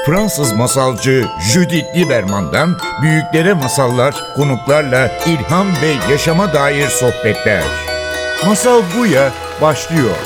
Fransız masalcı Judith Lieberman'dan büyüklere masallar, konuklarla ilham ve yaşama dair sohbetler. Masal Buya başlıyor.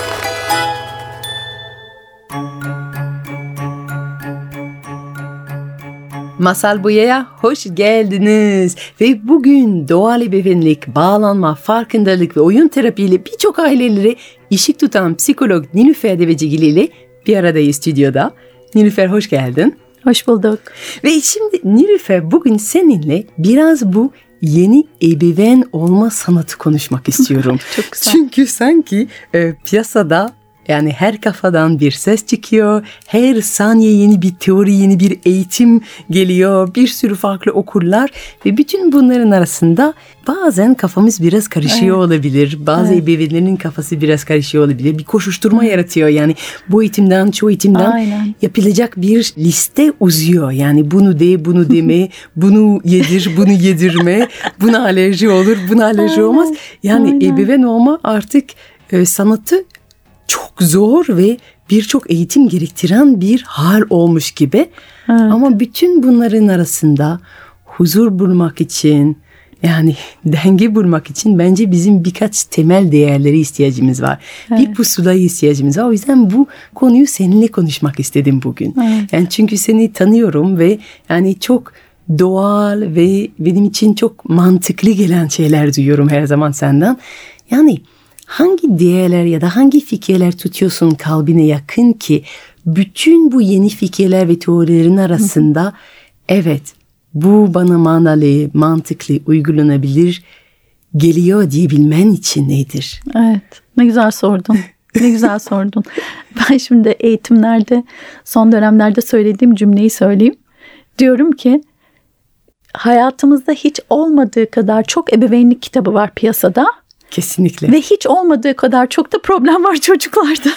Masal Buya'ya hoş geldiniz. Ve bugün doğal ebeveynlik, bağlanma, farkındalık ve oyun terapiyle birçok aileleri ışık tutan psikolog Nilüfer Devecigil ile bir aradayız stüdyoda. Nilüfer hoş geldin. Hoş bulduk. Ve şimdi Nilüfer bugün seninle biraz bu yeni ebeveyn olma sanatı konuşmak istiyorum. Çok güzel. Çünkü sanki piyasada yani her kafadan bir ses çıkıyor. Her saniye yeni bir teori, yeni bir eğitim geliyor. Bir sürü farklı okullar ve bütün bunların arasında bazen kafamız biraz karışıyor olabilir. Bazı ebeveynlerin kafası biraz karışıyor olabilir. Bir koşuşturma yaratıyor. Yani bu eğitimden, şu eğitimden yapılacak bir liste uzuyor. Yani bunu de, bunu deme, bunu yedir, bunu yedirme, buna alerji olur, buna alerji olmaz. Yani ebeveyn olma artık sanatı çok zor ve birçok eğitim gerektiren bir hal olmuş gibi. Evet. Ama bütün bunların arasında huzur bulmak için, yani denge bulmak için bence bizim birkaç temel değerleri ihtiyacımız var. Evet. Bir pusulayı ihtiyacımız var. O yüzden bu konuyu seninle konuşmak istedim bugün. Evet. Yani çünkü seni tanıyorum ve yani çok doğal ve benim için çok mantıklı gelen şeyler duyuyorum her zaman senden. Yani hangi değerler ya da hangi fikirler tutuyorsun kalbine yakın ki bütün bu yeni fikirler ve teorilerin arasında evet bu bana manalı, mantıklı, uygulanabilir geliyor diyebilmen için nedir? Evet, ne güzel sordun. Ne güzel sordun. Ben şimdi eğitimlerde son dönemlerde söylediğim cümleyi söyleyeyim. Diyorum ki hayatımızda hiç olmadığı kadar çok ebeveynlik kitabı var piyasada. Kesinlikle. Ve hiç olmadığı kadar çok da problem var çocuklarda.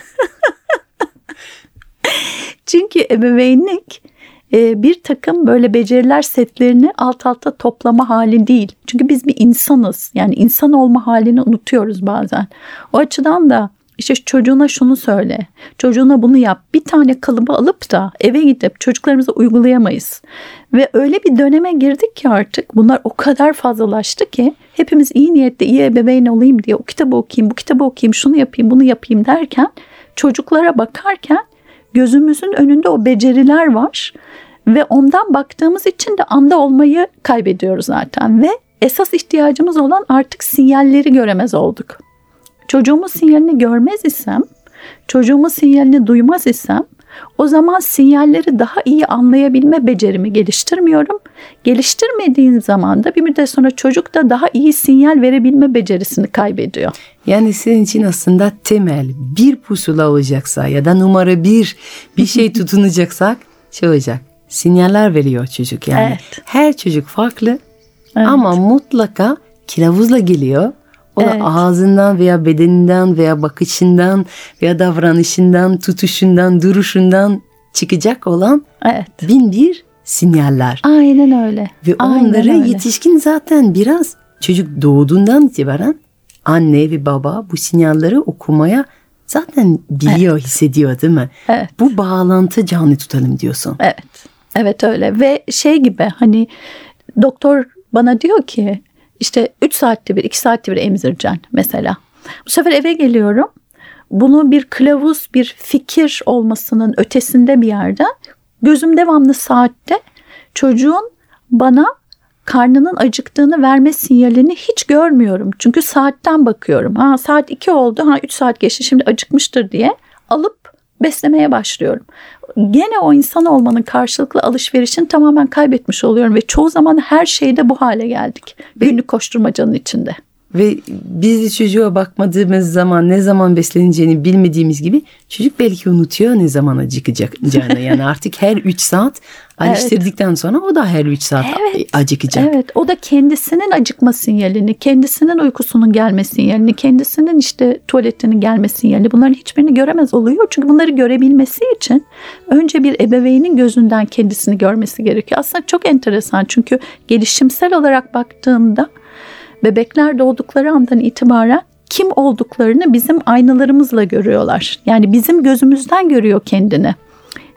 Çünkü ebeveynlik bir takım böyle beceriler setlerini alt alta toplama hali değil. Çünkü biz bir insanız. Yani insan olma halini unutuyoruz bazen. O açıdan da işte çocuğuna şunu söyle, çocuğuna bunu yap. Bir tane kalıbı alıp da eve gidip çocuklarımıza uygulayamayız. Ve öyle bir döneme girdik ki artık bunlar o kadar fazlalaştı ki hepimiz iyi niyetle iyi ebeveyn olayım diye o kitabı okuyayım, bu kitabı okuyayım, şunu yapayım, bunu yapayım derken çocuklara bakarken gözümüzün önünde o beceriler var. Ve ondan baktığımız için de anda olmayı kaybediyoruz zaten. Ve esas ihtiyacımız olan artık sinyalleri göremez olduk. Çocuğumun sinyalini görmez isem, çocuğumun sinyalini duymaz isem o zaman sinyalleri daha iyi anlayabilme becerimi geliştirmiyorum. Geliştirmediğim zaman da bir müddet sonra çocuk da daha iyi sinyal verebilme becerisini kaybediyor. Yani senin için aslında temel bir pusula olacaksa ya da numara bir şey tutunacaksak şey olacak. Sinyaller veriyor çocuk yani. Evet. Her çocuk farklı ama mutlaka kılavuzla geliyor. O da ağzından veya bedeninden veya bakışından veya davranışından, tutuşundan, duruşundan çıkacak olan bin bir sinyaller. Aynen öyle. Ve onları yetişkin zaten biraz çocuk doğduğundan itibaren anne ve baba bu sinyalleri okumaya zaten biliyor, hissediyor değil mi? Evet. Bu bağlantı canlı tutalım diyorsun. Evet. Evet öyle ve şey gibi hani doktor bana diyor ki İşte 3 saatte bir, 2 saatte bir emzireceksin mesela. Bu sefer eve geliyorum. Bunu bir kılavuz, bir fikir olmasının ötesinde bir yerde gözüm devamlı saatte çocuğun bana karnının acıktığını verme sinyalini hiç görmüyorum. Çünkü saatten bakıyorum. Saat 2 oldu, 3 saat geçti şimdi acıkmıştır diye alıp beslemeye başlıyorum. Gene o insan olmanın karşılıklı alışverişini tamamen kaybetmiş oluyorum ve çoğu zaman her şeyde bu hale geldik. Günlük koşturmacanın içinde. Ve biz de çocuğa bakmadığımız zaman ne zaman besleneceğini bilmediğimiz gibi çocuk belki unutuyor ne zaman acıkacağını. Yani artık her 3 saat alıştırdıktan sonra o da her 3 saat acıkacak. Evet, o da kendisinin acıkma sinyalini, kendisinin uykusunun gelme sinyalini, kendisinin işte tuvaletinin gelme sinyalini bunların hiçbirini göremez oluyor. Çünkü bunları görebilmesi için önce bir ebeveynin gözünden kendisini görmesi gerekiyor. Aslında çok enteresan çünkü gelişimsel olarak baktığımda bebekler doğdukları andan itibaren kim olduklarını bizim aynalarımızla görüyorlar. Yani bizim gözümüzden görüyor kendini.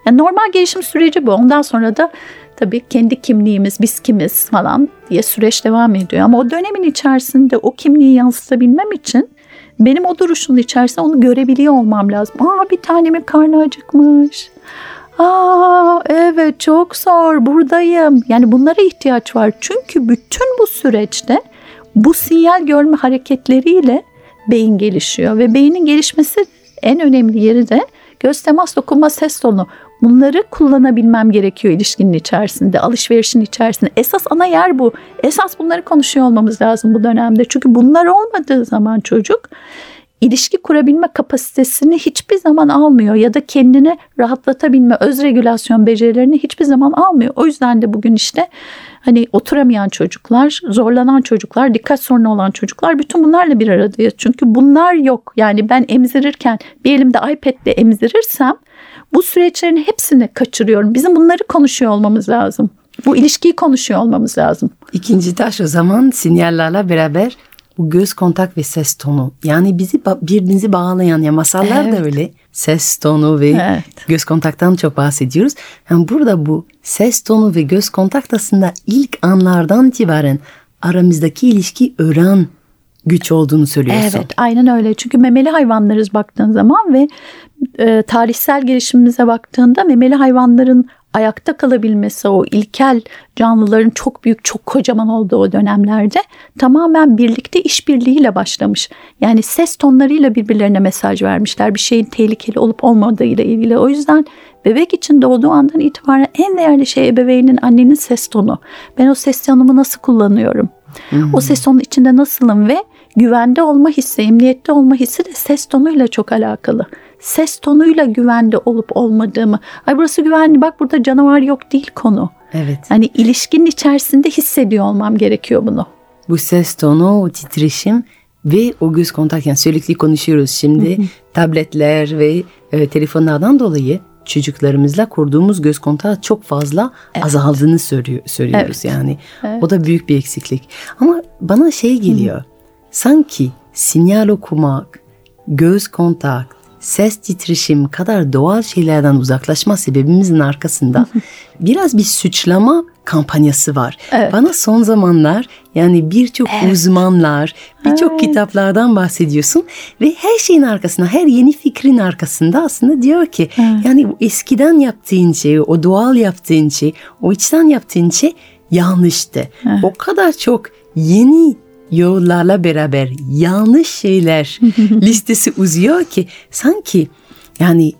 Yani normal gelişim süreci bu. Ondan sonra da tabii kendi kimliğimiz, biz kimiz falan diye süreç devam ediyor. Ama o dönemin içerisinde o kimliği yansıtabilmem için benim o duruşun içerisinde onu görebiliyor olmam lazım. Bir tanemin karnı acıkmış. Evet, çok zor, buradayım. Yani bunlara ihtiyaç var. Çünkü bütün bu süreçte bu sinyal görme hareketleriyle beyin gelişiyor. Ve beynin gelişmesi en önemli yeri de göz temas, dokunma, ses tonu. Bunları kullanabilmem gerekiyor ilişkinin içerisinde, alışverişin içerisinde. Esas ana yer bu. Esas bunları konuşuyor olmamız lazım bu dönemde. Çünkü bunlar olmadığı zaman çocuk ilişki kurabilme kapasitesini hiçbir zaman almıyor ya da kendini rahatlatabilme, öz regülasyon becerilerini hiçbir zaman almıyor. O yüzden de bugün işte hani oturamayan çocuklar, zorlanan çocuklar, dikkat sorunu olan çocuklar, bütün bunlarla bir aradayız. Çünkü bunlar yok. Yani ben emzirirken bir elimde iPad'le emzirirsem bu süreçlerin hepsini kaçırıyorum. Bizim bunları konuşuyor olmamız lazım. Bu ilişkiyi konuşuyor olmamız lazım. İkinci taş o zaman sinyallerle beraber bu göz kontak ve ses tonu. Yani bizi birbirimizi bağlayan, ya masallar da öyle. Ses tonu ve göz kontaktan çok bahsediyoruz. Yani burada bu ses tonu ve göz kontak aslında ilk anlardan itibaren aramızdaki ilişki öğren güç olduğunu söylüyorsun. Evet, aynen öyle. Çünkü memeli hayvanlarız baktığın zaman ve tarihsel gelişimimize baktığında memeli hayvanların ayakta kalabilmesi, o ilkel canlıların çok büyük, çok kocaman olduğu o dönemlerde tamamen birlikte işbirliğiyle başlamış. Yani ses tonlarıyla birbirlerine mesaj vermişler. Bir şeyin tehlikeli olup olmadığıyla ilgili. O yüzden bebek için doğduğu andan itibaren en değerli şey ebeveynin, annenin ses tonu. Ben o ses tonumu nasıl kullanıyorum? O ses tonunun içinde nasılım ve güvende olma hissi, emniyette olma hissi de ses tonuyla çok alakalı. Ses tonuyla güvende olup olmadığımı, burası güvenli, bak burada canavar yok değil konu. Evet. Hani ilişkinin içerisinde hissediyor olmam gerekiyor bunu. Bu ses tonu, o titreşim ve o göz kontak, yani sürekli konuşuyoruz şimdi. Tabletler ve telefonlardan dolayı çocuklarımızla kurduğumuz göz kontağı çok fazla azaldığını söylüyoruz yani. Evet. O da büyük bir eksiklik. Ama bana şey geliyor. Sanki sinyal okumak, göz kontak, ses titreşim kadar doğal şeylerden uzaklaşma sebebimizin arkasında biraz bir suçlama kampanyası var. Evet. Bana son zamanlar yani birçok uzmanlar, birçok kitaplardan bahsediyorsun ve her şeyin arkasında, her yeni fikrin arkasında aslında diyor ki yani eskiden yaptığın şey, o doğal yaptığın şey, o içten yaptığın şey yanlıştı. O kadar çok yeni yollarla beraber yanlış şeyler listesi uzuyor ki sanki yani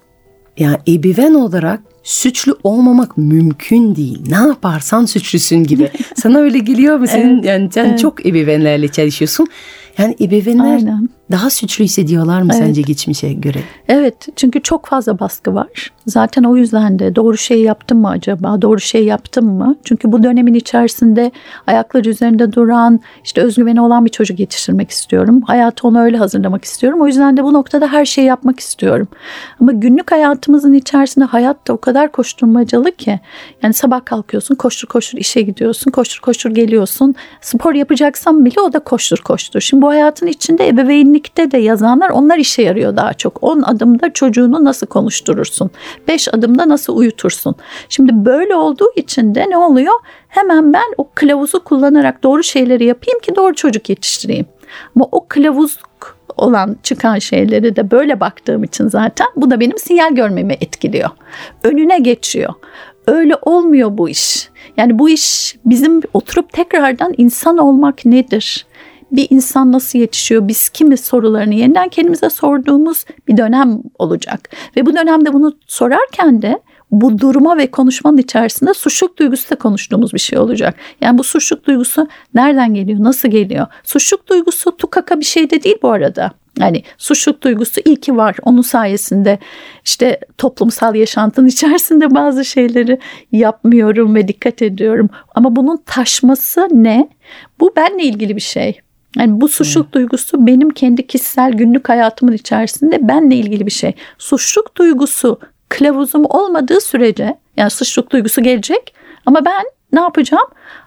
ebeveyn olarak suçlu olmamak mümkün değil. Ne yaparsan suçlusun gibi. Sana öyle geliyor mu? Senin yani sen çok ebeveynlerle çalışıyorsun. Yani ebeveynler daha suçlu hissediyorlar mı sence geçmişe göre? Evet, çünkü çok fazla baskı var. Zaten o yüzden de doğru şeyi yaptım mı acaba? Doğru şeyi yaptım mı? Çünkü bu dönemin içerisinde ayakları üzerinde duran, işte özgüveni olan bir çocuk yetiştirmek istiyorum. Hayatı onu öyle hazırlamak istiyorum. O yüzden de bu noktada her şeyi yapmak istiyorum. Ama günlük hayatımızın içerisinde hayat da o kadar koşturmacalı ki. Yani sabah kalkıyorsun, koştur koştur işe gidiyorsun, koştur koştur geliyorsun. Spor yapacaksan bile o da koştur koştur. Şimdi bu hayatın içinde ebeveynlikte de yazanlar, onlar işe yarıyor daha çok. 10 adımda çocuğunu nasıl konuşturursun? 5 adımda nasıl uyutursun? Şimdi böyle olduğu için de ne oluyor? Hemen ben o kılavuzu kullanarak doğru şeyleri yapayım ki doğru çocuk yetiştireyim. Ama o kılavuz olan çıkan şeyleri de böyle baktığım için zaten bu da benim sinyal görmemi etkiliyor. Önüne geçiyor. Öyle olmuyor bu iş. Yani bu iş bizim oturup tekrardan insan olmak nedir? Bir insan nasıl yetişiyor, biz kimiz sorularını yeniden kendimize sorduğumuz bir dönem olacak. Ve bu dönemde bunu sorarken de bu duruma ve konuşmanın içerisinde suçluluk duygusu da konuştuğumuz bir şey olacak. Yani bu suçluluk duygusu nereden geliyor, nasıl geliyor? Suçluluk duygusu tukaka bir şey de değil bu arada. Yani suçluluk duygusu iyi ki var. Onun sayesinde işte toplumsal yaşantının içerisinde bazı şeyleri yapmıyorum ve dikkat ediyorum. Ama bunun taşması ne? Bu benimle ilgili bir şey. Yani bu suçluluk duygusu benim kendi kişisel günlük hayatımın içerisinde benimle ilgili bir şey. Suçluluk duygusu kılavuzum olmadığı sürece, yani suçluluk duygusu gelecek ama ben ne yapacağım?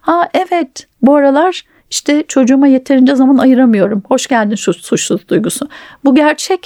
Evet, bu aralar işte çocuğuma yeterince zaman ayıramıyorum. Hoş geldin şu suçluluk duygusu. Bu gerçek mi?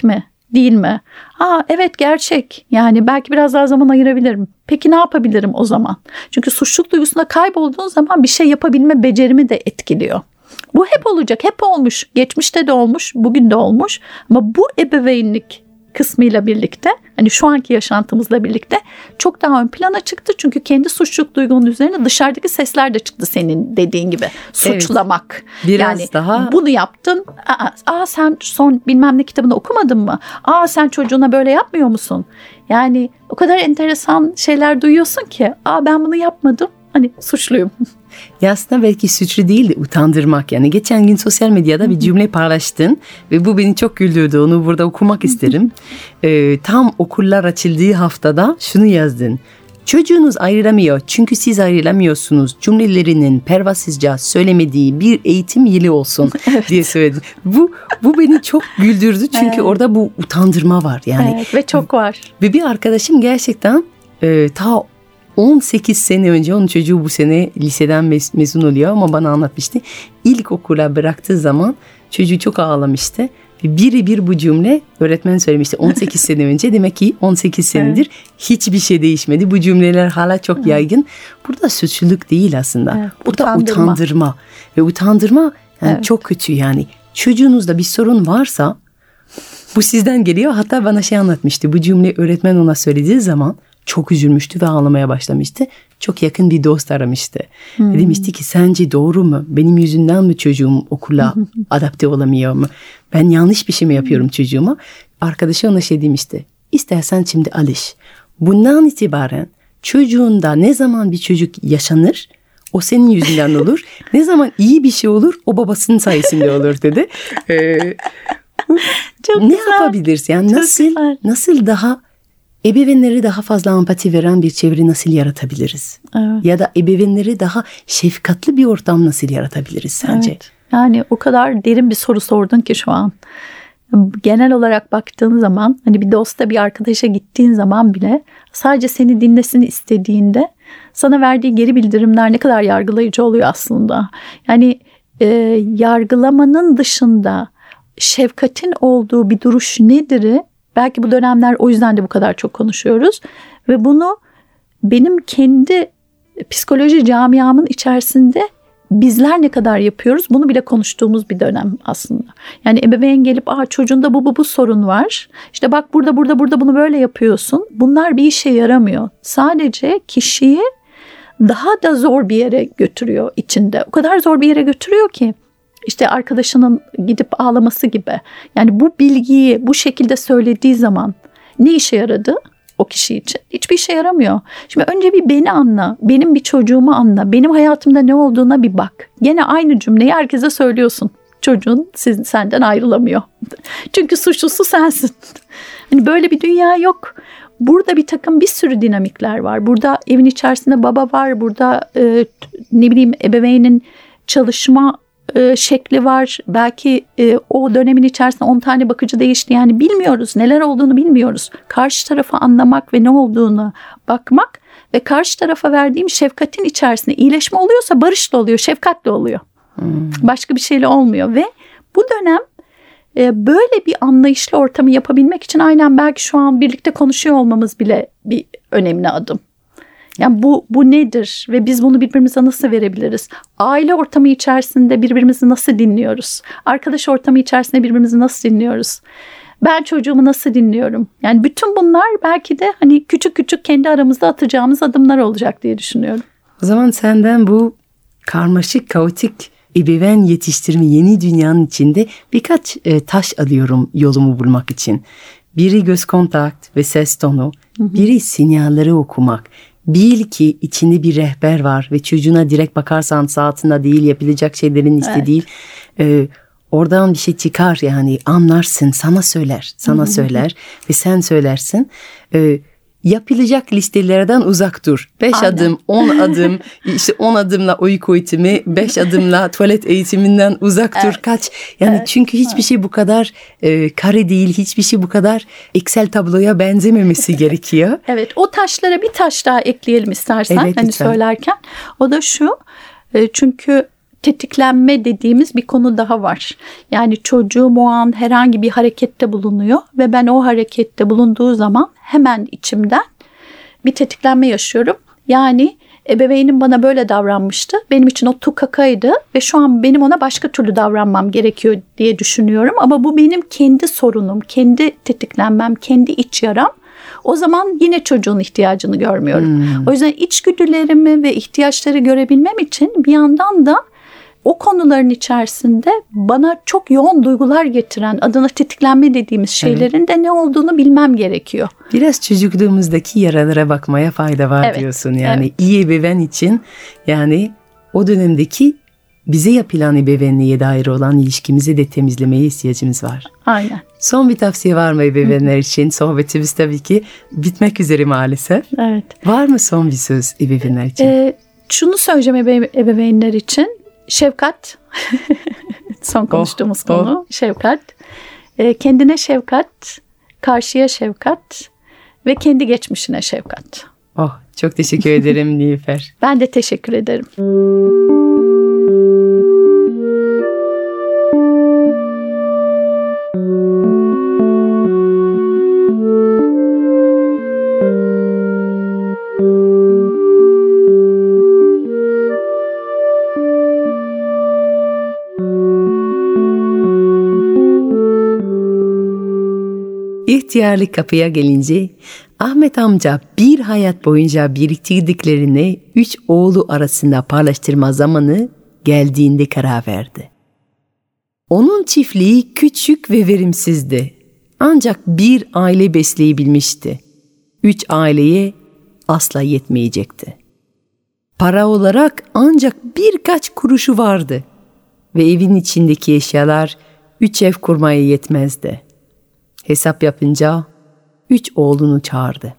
değil mi? Evet, gerçek. Yani belki biraz daha zaman ayırabilirim. Peki ne yapabilirim o zaman? Çünkü suçluluk duygusunda kaybolduğun zaman bir şey yapabilme becerimi de etkiliyor. Bu hep olacak, hep olmuş. Geçmişte de olmuş, bugün de olmuş. Ama bu ebeveynlik kısmıyla birlikte, hani şu anki yaşantımızla birlikte çok daha ön plana çıktı. Çünkü kendi suçluluk duygunun üzerine dışarıdaki sesler de çıktı, senin dediğin gibi. Suçlamak. Biraz yani daha bunu yaptın. Sen son bilmem ne kitabını okumadın mı? Sen çocuğuna böyle yapmıyor musun? Yani o kadar enteresan şeyler duyuyorsun ki, ben bunu yapmadım. Hani suçluyum. Ya aslında belki suçlu değil de utandırmak. Yani geçen gün sosyal medyada bir cümle paylaştın ve bu beni çok güldürdü. Onu burada okumak isterim. Tam okullar açıldığı haftada şunu yazdın. Çocuğunuz ayrılamıyor çünkü siz ayrılamıyorsunuz. Cümlelerinin pervasızca söylemediği bir eğitim yılı olsun diye söyledin. Bu beni çok güldürdü çünkü orada bu utandırma var. Yani Evet, ve çok var. Ve bir arkadaşım gerçekten ta 18 sene önce, onun çocuğu bu sene liseden mezun oluyor ama bana anlatmıştı. İlkokula bıraktığı zaman çocuğu çok ağlamıştı. Ve birebir bu cümle öğretmen söylemişti 18 sene önce. Demek ki 18 senedir hiçbir şey değişmedi. Bu cümleler hala çok yaygın. Burada suçluluk değil aslında. Evet, Burada utandırma. Ve utandırma yani çok kötü yani. Çocuğunuzda bir sorun varsa bu sizden geliyor. Hatta bana şey anlatmıştı. Bu cümle öğretmen ona söylediği zaman çok üzülmüştü ve ağlamaya başlamıştı. Çok yakın bir dost aramıştı. Ve demişti ki sence doğru mu? Benim yüzümden mi çocuğum okula adapte olamıyor mu? Ben yanlış bir şey mi yapıyorum çocuğuma? Arkadaşı ona şey demişti. İstersen şimdi alış. Bundan itibaren çocuğunda ne zaman bir çocuk yaşanır, o senin yüzünden olur. Ne zaman iyi bir şey olur, o babasının sayesinde olur dedi. Çok ne güzel. yapabiliriz? Yani nasıl daha ebeveynleri daha fazla empati veren bir çevre nasıl yaratabiliriz? Evet. Ya da ebeveynleri daha şefkatli bir ortam nasıl yaratabiliriz sence? Evet. Yani o kadar derin bir soru sordun ki şu an. Genel olarak baktığın zaman, hani bir dosta, bir arkadaşa gittiğin zaman bile sadece seni dinlesin istediğinde sana verdiği geri bildirimler ne kadar yargılayıcı oluyor aslında. Yani yargılamanın dışında şefkatin olduğu bir duruş nedir? Belki bu dönemler o yüzden de bu kadar çok konuşuyoruz. Ve bunu benim kendi psikoloji camiamın içerisinde bizler ne kadar yapıyoruz, bunu bile konuştuğumuz bir dönem aslında. Yani ebeveyn gelip çocuğunda bu sorun var. İşte bak burada bunu böyle yapıyorsun. Bunlar bir işe yaramıyor. Sadece kişiyi daha da zor bir yere götürüyor içinde. O kadar zor bir yere götürüyor ki. İşte arkadaşının gidip ağlaması gibi. Yani bu bilgiyi bu şekilde söylediği zaman ne işe yaradı o kişi için? Hiçbir işe yaramıyor. Şimdi önce bir beni anla, benim bir çocuğumu anla, benim hayatımda ne olduğuna bir bak. Gene aynı cümleyi herkese söylüyorsun. Çocuğun senden ayrılamıyor. Çünkü suçlusu sensin. Hani böyle bir dünya yok. Burada bir sürü dinamikler var. Burada evin içerisinde baba var. Burada ebeveynin çalışma şekli var. Belki o dönemin içerisinde 10 tane bakıcı değişti. Yani bilmiyoruz. Neler olduğunu bilmiyoruz. Karşı tarafı anlamak ve ne olduğunu bakmak ve karşı tarafa verdiğim şefkatin içerisinde iyileşme oluyorsa barışla oluyor, şefkatle oluyor. Başka bir şeyle olmuyor ve bu dönem böyle bir anlayışlı ortamı yapabilmek için aynen belki şu an birlikte konuşuyor olmamız bile bir önemli adım. Yani bu nedir ve biz bunu birbirimize nasıl verebiliriz? Aile ortamı içerisinde birbirimizi nasıl dinliyoruz? Arkadaş ortamı içerisinde birbirimizi nasıl dinliyoruz? Ben çocuğumu nasıl dinliyorum? Yani bütün bunlar belki de hani küçük küçük kendi aramızda atacağımız adımlar olacak diye düşünüyorum. O zaman senden bu karmaşık, kaotik ebeveyn yetiştirme yeni dünyanın içinde birkaç taş alıyorum yolumu bulmak için. Biri göz kontakt ve ses tonu, biri sinyalleri okumak. Bil ki içinde bir rehber var ve çocuğuna direkt bakarsan saatinde değil, yapılacak şeylerin işte değil. Oradan bir şey çıkar, yani anlarsın, sana söyler ve sen söylersin. Yapılacak listelerden uzak dur. 5 adım, 10 adım, işte 10 adımla uyku eğitimi, 5 adımla tuvalet eğitiminden uzak dur, kaç. Yani çünkü hiçbir şey bu kadar kare değil, hiçbir şey bu kadar Excel tabloya benzememesi gerekiyor. Evet, o taşlara bir taş daha ekleyelim istersen, Evet, hani lütfen. söylerken. O da şu, çünkü tetiklenme dediğimiz bir konu daha var. Yani çocuğum o an herhangi bir harekette bulunuyor ve ben o harekette bulunduğu zaman hemen içimden bir tetiklenme yaşıyorum. Yani ebeveynim bana böyle davranmıştı. Benim için o tukakaydı ve şu an benim ona başka türlü davranmam gerekiyor diye düşünüyorum. Ama bu benim kendi sorunum, kendi tetiklenmem, kendi iç yaram. O zaman yine çocuğun ihtiyacını görmüyorum. O yüzden içgüdülerimi ve ihtiyaçları görebilmem için bir yandan da o konuların içerisinde bana çok yoğun duygular getiren, adına tetiklenme dediğimiz şeylerin de ne olduğunu bilmem gerekiyor. Biraz çocukluğumuzdaki yaralara bakmaya fayda var diyorsun. Yani iyi ebeveyn için, yani o dönemdeki bize yapılan ebeveynliğe dair olan ilişkimizi de temizlemeye ihtiyacımız var. Aynen. Son bir tavsiye var mı ebeveynler için? Sohbetimiz tabii ki bitmek üzere maalesef. Evet. Var mı son bir söz ebeveynler için? Şunu söyleyeceğim ebeveynler için. Şefkat. Son konuştuğumuz konu. Şefkat. Kendine şefkat, karşıya şefkat ve kendi geçmişine şefkat. Çok teşekkür ederim Nilüfer. Ben de teşekkür ederim. İhtiyarlık kapıya gelince Ahmet amca bir hayat boyunca biriktirdiklerini 3 oğlu arasında paylaştırma zamanı geldiğinde karar verdi. Onun çiftliği küçük ve verimsizdi. Ancak bir aile besleyebilmişti. 3 aileye asla yetmeyecekti. Para olarak ancak birkaç kuruşu vardı ve evin içindeki eşyalar 3 ev kurmaya yetmezdi. Hesap yapınca 3 oğlunu çağırdı.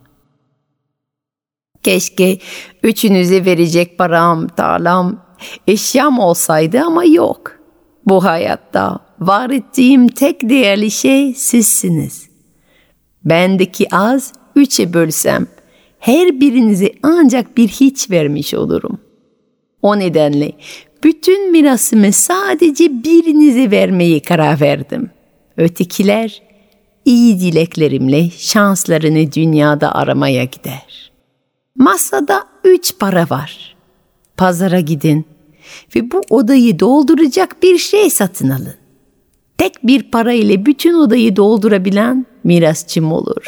Keşke üçünüze verecek param, tarlam, eşyam olsaydı ama yok. Bu hayatta var ettiğim tek değerli şey sizsiniz. Bendeki az 3'e bölsem her birinize ancak bir hiç vermiş olurum. O nedenle bütün mirasımı sadece birinize vermeye karar verdim. Ötekiler İyi dileklerimle şanslarını dünyada aramaya gider. Masada 3 para var. Pazara gidin ve bu odayı dolduracak bir şey satın alın. Tek bir para ile bütün odayı doldurabilen mirasçım olur.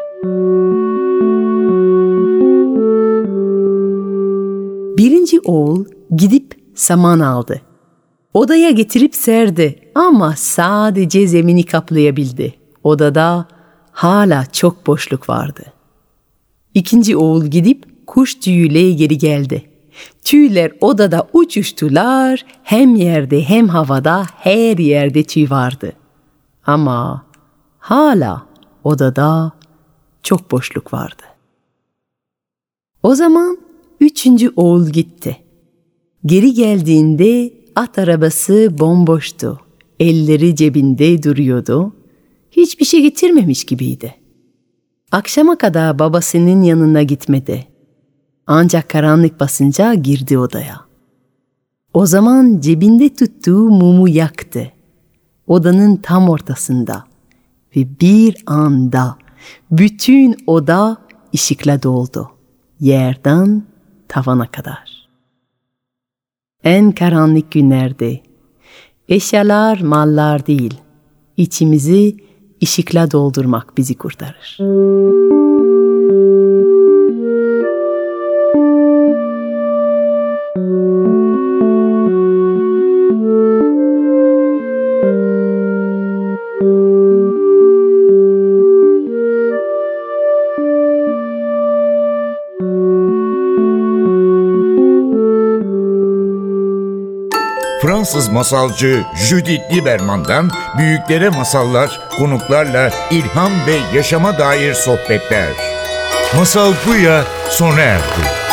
Birinci oğul gidip saman aldı. Odaya getirip serdi ama sadece zemini kaplayabildi. Odada hala çok boşluk vardı. İkinci oğul gidip kuş tüyüyle geri geldi. Tüyler odada uçuştular, hem yerde hem havada her yerde tüy vardı. Ama hala odada çok boşluk vardı. O zaman üçüncü oğul gitti. Geri geldiğinde at arabası bomboştu. Elleri cebinde duruyordu. Hiçbir şey getirmemiş gibiydi. Akşama kadar babasının yanına gitmedi. Ancak karanlık basınca girdi odaya. O zaman cebinde tuttuğu mumu yaktı. Odanın tam ortasında. Ve bir anda bütün oda ışıkla doldu. Yerden tavana kadar. En karanlık günlerde eşyalar, mallar değil, içimizi ışıkla doldurmak bizi kurtarır. Fransız masalcı Judith Lieberman'dan büyüklere masallar, konuklarla ilham ve yaşama dair sohbetler. Masal Buya sona erdi.